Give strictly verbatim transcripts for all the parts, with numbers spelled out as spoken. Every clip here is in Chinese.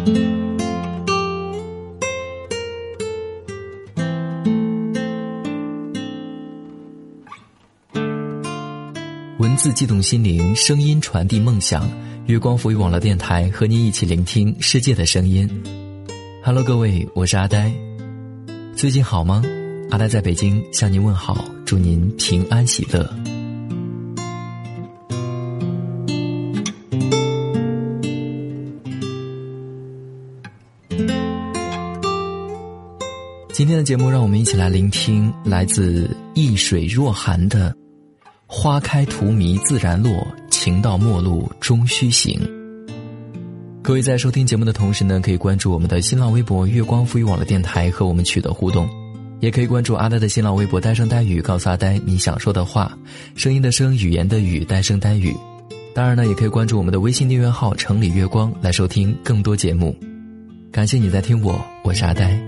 文字悸动心灵，声音传递梦想。月光浮语网络电台和您一起聆听世界的声音。Hello， 各位，我是阿呆。最近好吗？阿呆在北京向您问好，祝您平安喜乐。今天的节目，让我们一起来聆听来自易水若寒的花开荼蘼自然落，情到末路终须行。各位在收听节目的同时呢，可以关注我们的新浪微博月光浮语网络电台和我们取得互动，也可以关注阿呆的新浪微博呆声呆语，告诉阿呆你想说的话，声音的声，语言的语，呆声呆语。当然呢，也可以关注我们的微信订阅号城里月光来收听更多节目。感谢你在听我，我是阿呆。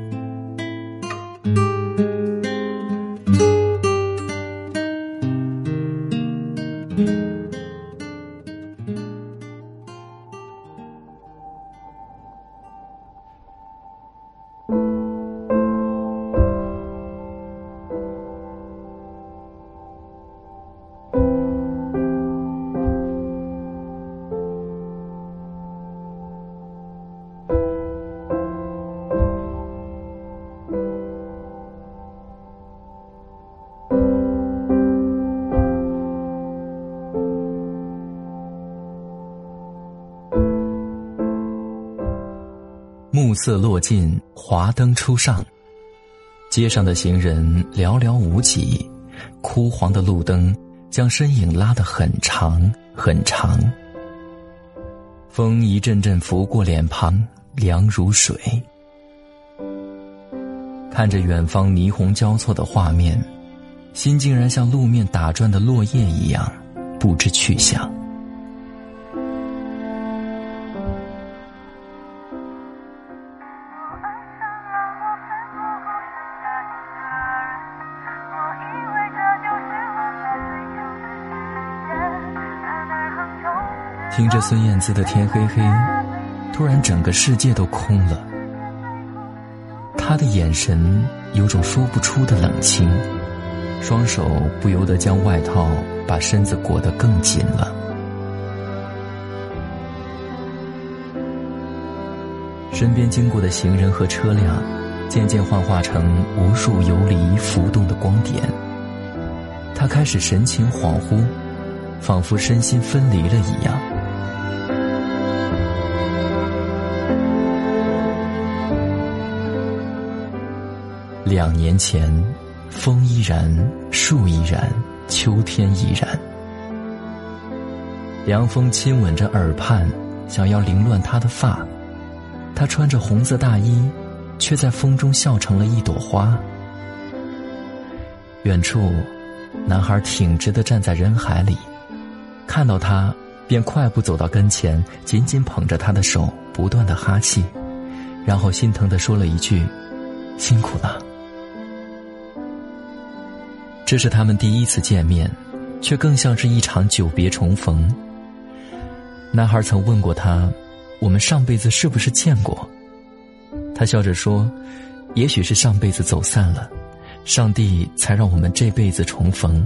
暮色落尽，华灯初上，街上的行人寥寥无几，枯黄的路灯将身影拉得很长很长。风一阵阵拂过脸庞，凉如水。看着远方霓虹交错的画面，心竟然像路面打转的落叶一样，不知去向。听着孙燕姿的天黑黑，突然整个世界都空了。她的眼神有种说不出的冷清，双手不由得将外套把身子裹得更紧了。身边经过的行人和车辆渐渐幻化成无数游离浮动的光点，她开始神情恍惚，仿佛身心分离了一样。两年前，风依然，树依然，秋天依然。凉风亲吻着耳畔，想要凌乱她的发。她穿着红色大衣，却在风中笑成了一朵花。远处，男孩挺直地站在人海里，看到她，便快步走到跟前，紧紧捧着她的手，不断地哈气，然后心疼地说了一句：“辛苦了。”这是他们第一次见面，却更像是一场久别重逢。男孩曾问过他，我们上辈子是不是见过？他笑着说，也许是上辈子走散了，上帝才让我们这辈子重逢。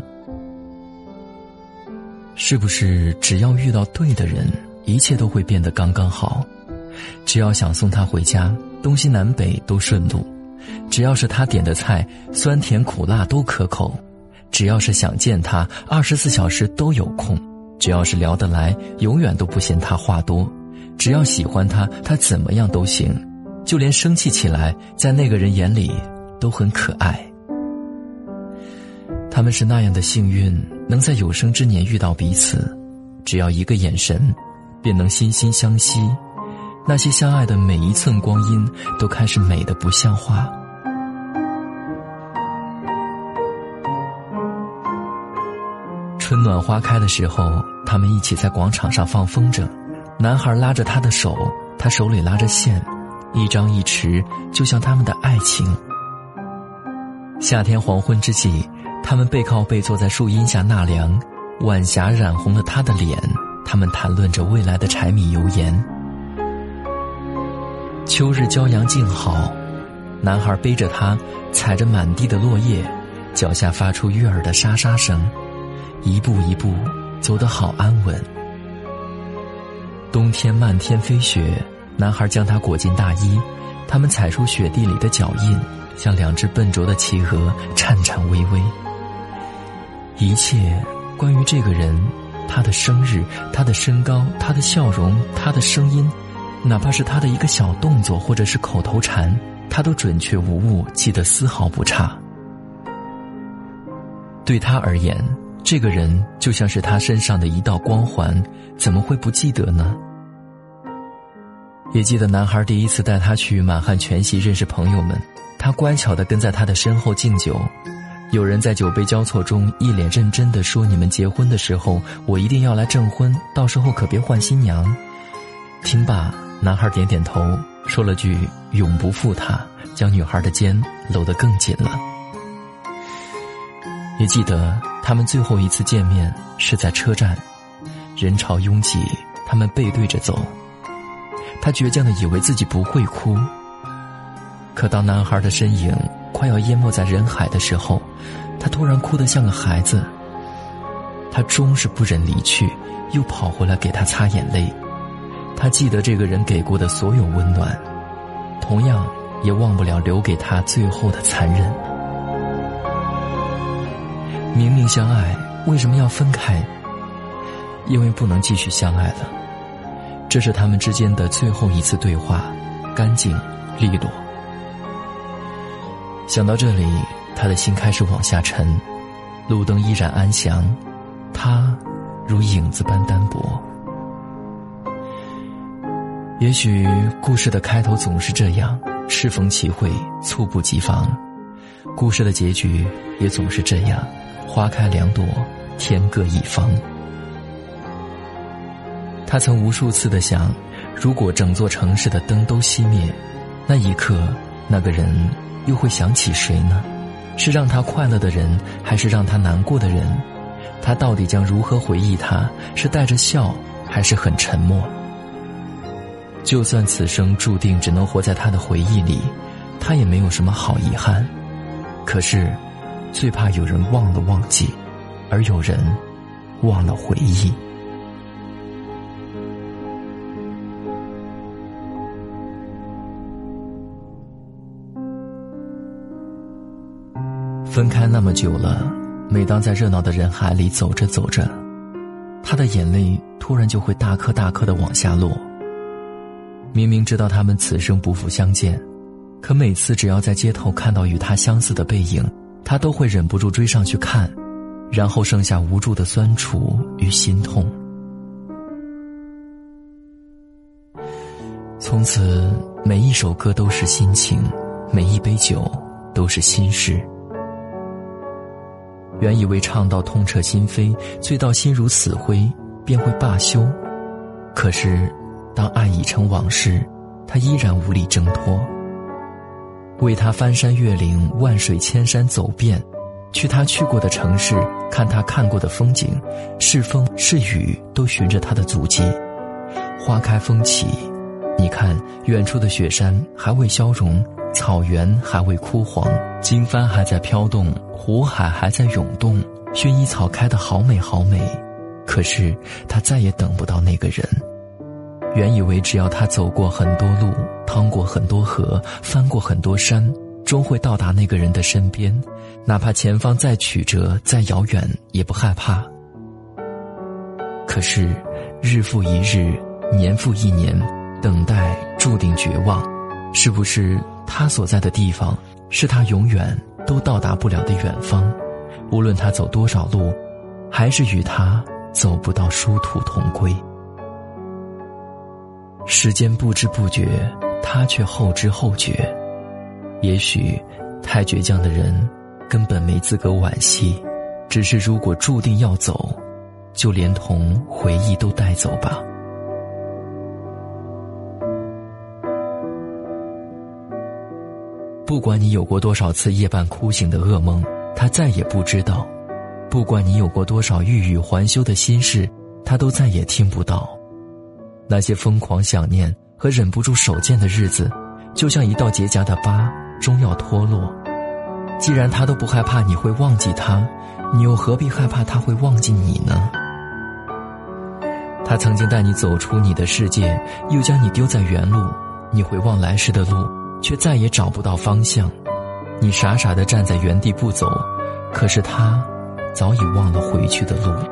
是不是只要遇到对的人，一切都会变得刚刚好？只要想送他回家，东西南北都顺路；只要是他点的菜，酸甜苦辣都可口；只要是想见他，二十四小时都有空；只要是聊得来，永远都不嫌他话多；只要喜欢他，他怎么样都行，就连生气起来，在那个人眼里都很可爱。他们是那样的幸运，能在有生之年遇到彼此，只要一个眼神，便能心心相惜。那些相爱的每一寸光阴，都开始美得不像话。春暖花开的时候，他们一起在广场上放风筝，男孩拉着她的手，他手里拉着线，一张一弛，就像他们的爱情。夏天黄昏之际，他们背靠背坐在树荫下纳凉，晚霞染红了他的脸，他们谈论着未来的柴米油盐。 秋日骄阳静好，男孩背着她，踩着满地的落叶，脚下发出悦耳的沙沙声，一步一步走得好安稳。冬天漫天飞雪，男孩将她裹进大衣，他们踩出雪地里的脚印，像两只笨拙的企鹅，颤颤巍巍。一切关于这个人，他的生日，他的身高，他的笑容，他的声音，哪怕是他的一个小动作或者是口头禅，他都准确无误，记得丝毫不差。对他而言，这个人就像是他身上的一道光环，怎么会不记得呢？也记得男孩第一次带他去满汉全席认识朋友们，他乖巧地跟在他的身后敬酒。有人在酒杯交错中一脸认真地说，你们结婚的时候我一定要来证婚，到时候可别换新娘。听罢，男孩点点头，说了句永不负他，将女孩的肩搂得更紧了。也记得他们最后一次见面是在车站，人潮拥挤，他们背对着走。他倔强地以为自己不会哭，可当男孩的身影快要淹没在人海的时候，他突然哭得像个孩子。他终是不忍离去，又跑回来给他擦眼泪。他记得这个人给过的所有温暖，同样也忘不了留给他最后的残忍。明明相爱，为什么要分开？因为不能继续相爱了。这是他们之间的最后一次对话，干净利落。想到这里，他的心开始往下沉。路灯依然安详，他如影子般单薄。也许故事的开头总是这样，适逢其会，猝不及防。故事的结局也总是这样，花开两朵，天各一方。他曾无数次地想，如果整座城市的灯都熄灭，那一刻那个人又会想起谁呢？是让他快乐的人，还是让他难过的人？他到底将如何回忆他？是带着笑，还是很沉默？就算此生注定只能活在他的回忆里，他也没有什么好遗憾。可是最怕有人忘了忘记，而有人忘了回忆。分开那么久了，每当在热闹的人海里走着走着，他的眼泪突然就会大颗大颗地往下落。明明知道他们此生不复相见，可每次只要在街头看到与他相似的背影，他都会忍不住追上去看，然后剩下无助的酸楚与心痛。从此，每一首歌都是心情，每一杯酒都是心事。原以为唱到痛彻心扉，醉到心如死灰，便会罢休。可是当爱已成往事，他依然无力挣脱。为他翻山越岭，万水千山走遍，去他去过的城市，看他看过的风景，是风是雨都循着他的足迹。花开风起，你看远处的雪山还未消融，草原还未枯黄，经幡还在飘动，湖海还在涌动，薰衣草开得好美好美。可是他再也等不到那个人。原以为只要他走过很多路，趟过很多河，翻过很多山，终会到达那个人的身边，哪怕前方再曲折再遥远也不害怕。可是日复一日，年复一年，等待注定绝望。是不是他所在的地方是他永远都到达不了的远方？无论他走多少路，还是与他走不到殊途同归。时间不知不觉，他却后知后觉。也许太倔强的人根本没资格惋惜，只是如果注定要走，就连同回忆都带走吧。不管你有过多少次夜半哭醒的噩梦，他再也不知道；不管你有过多少欲语还休的心事，他都再也听不到。那些疯狂想念和忍不住手贱的日子， 就像一道结痂的疤，终要脱落。既然他都不害怕你会忘记他，你又何必害怕他会忘记你呢？他曾经带你走出你的世界，又将你丢在原路，你回望来时的路，却再也找不到方向。你傻傻地站在原地不走，可是他早已忘了回去的路。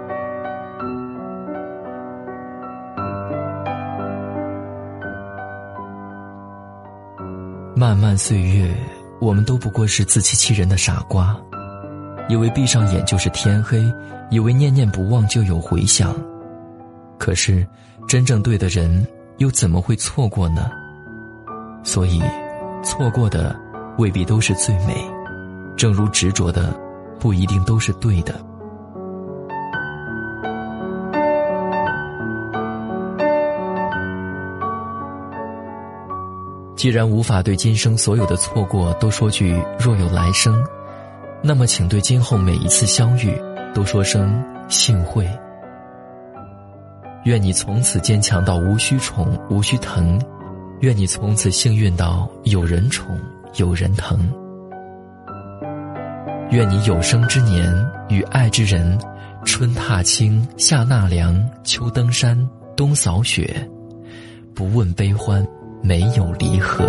漫漫岁月，我们都不过是自欺欺人的傻瓜，以为闭上眼就是天黑，以为念念不忘就有回响。可是真正对的人又怎么会错过呢？所以错过的未必都是最美，正如执着的不一定都是对的。既然无法对今生所有的错过都说句若有来生，那么请对今后每一次相遇都说声幸会。愿你从此坚强到无需宠无需疼，愿你从此幸运到有人宠有人疼。愿你有生之年与爱之人，春踏青，夏纳凉，秋登山，冬扫雪，不问悲欢，没有离合。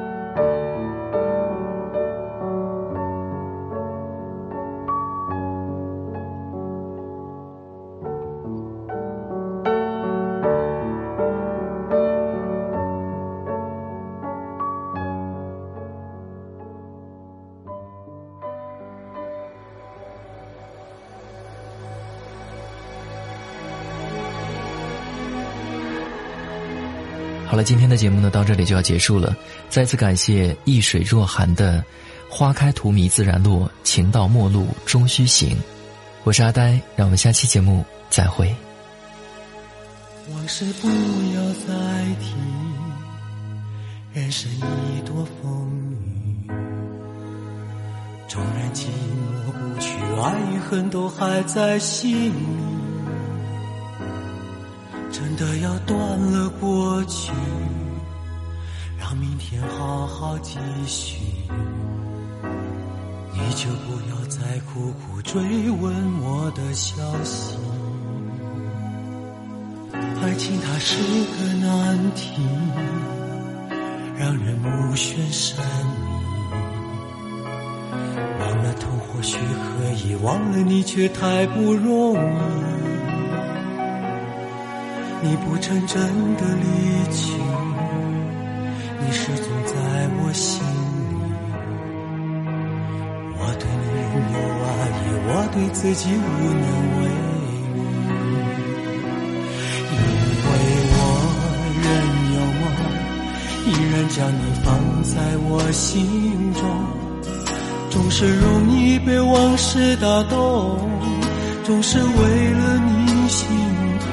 好了，今天的节目呢到这里就要结束了，再次感谢易水若寒的花开荼蘼自然落，情到末路终须行。我是阿呆，让我们下期节目再会。 往事不要再提，人生已多风雨，纵然寂寞不去，爱与恨都还在心里，真的要断了过去，让明天好好继续。你就不要再苦苦追问我的消息，爱情它是个难题，让人目眩神迷。忘了痛或许可以，忘了你却太不容易。你不曾真的离去，你始终在我心里。我对你仍有爱意，我对自己无能为力。因为我仍有梦，依然将你放在我心中，总是容易被往事打动，总是为了你心痛。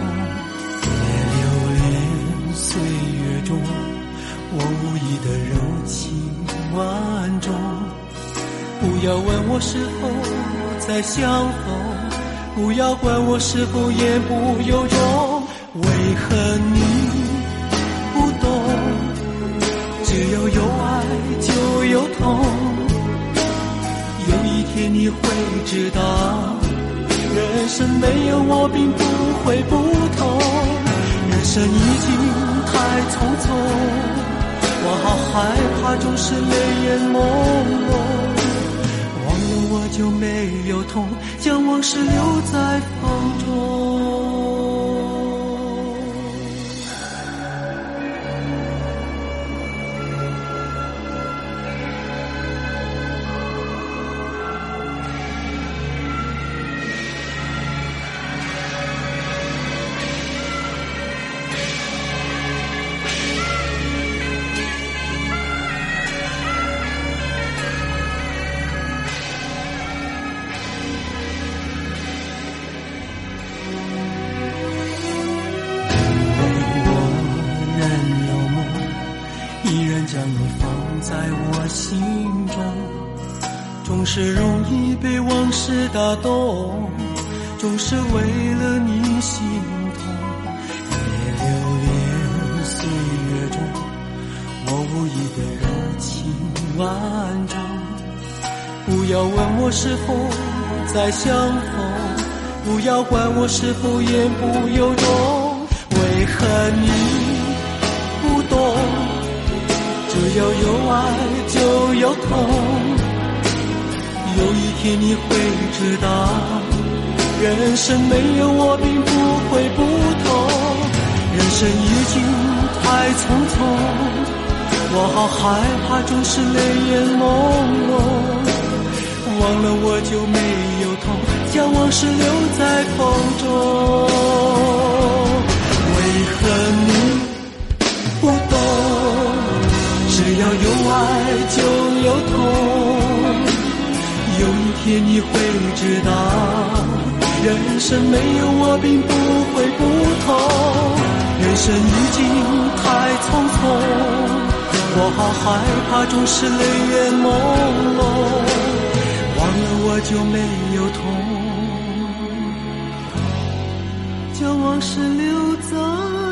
岁月中我无意的柔情万种，不要问我是否再相逢，不要管我是否言不由衷。为何你不懂，只要有爱就有痛，有一天你会知道，人生没有我并不会不同。人生已经太匆匆，我好害怕总是泪眼朦胧，忘了我就没有痛，将往事留在风中。将你放在我心中，总是容易被往事打动，总是为了你心痛。别留恋岁月中我无意的柔万种。不要问我是否再相逢，不要管我是否言不由衷。为何你不懂？只要有爱就有痛，有一天你会知道，人生没有我并不会不同。人生已经太匆匆，我好害怕总是泪眼朦胧。忘了我就没有痛，将往事留在风中。为何你不懂？只要有爱就有痛，有一天你会知道，人生没有我并不会不同。人生已经太匆匆，我好害怕总是泪眼朦胧。忘了我就没有痛，将往事留在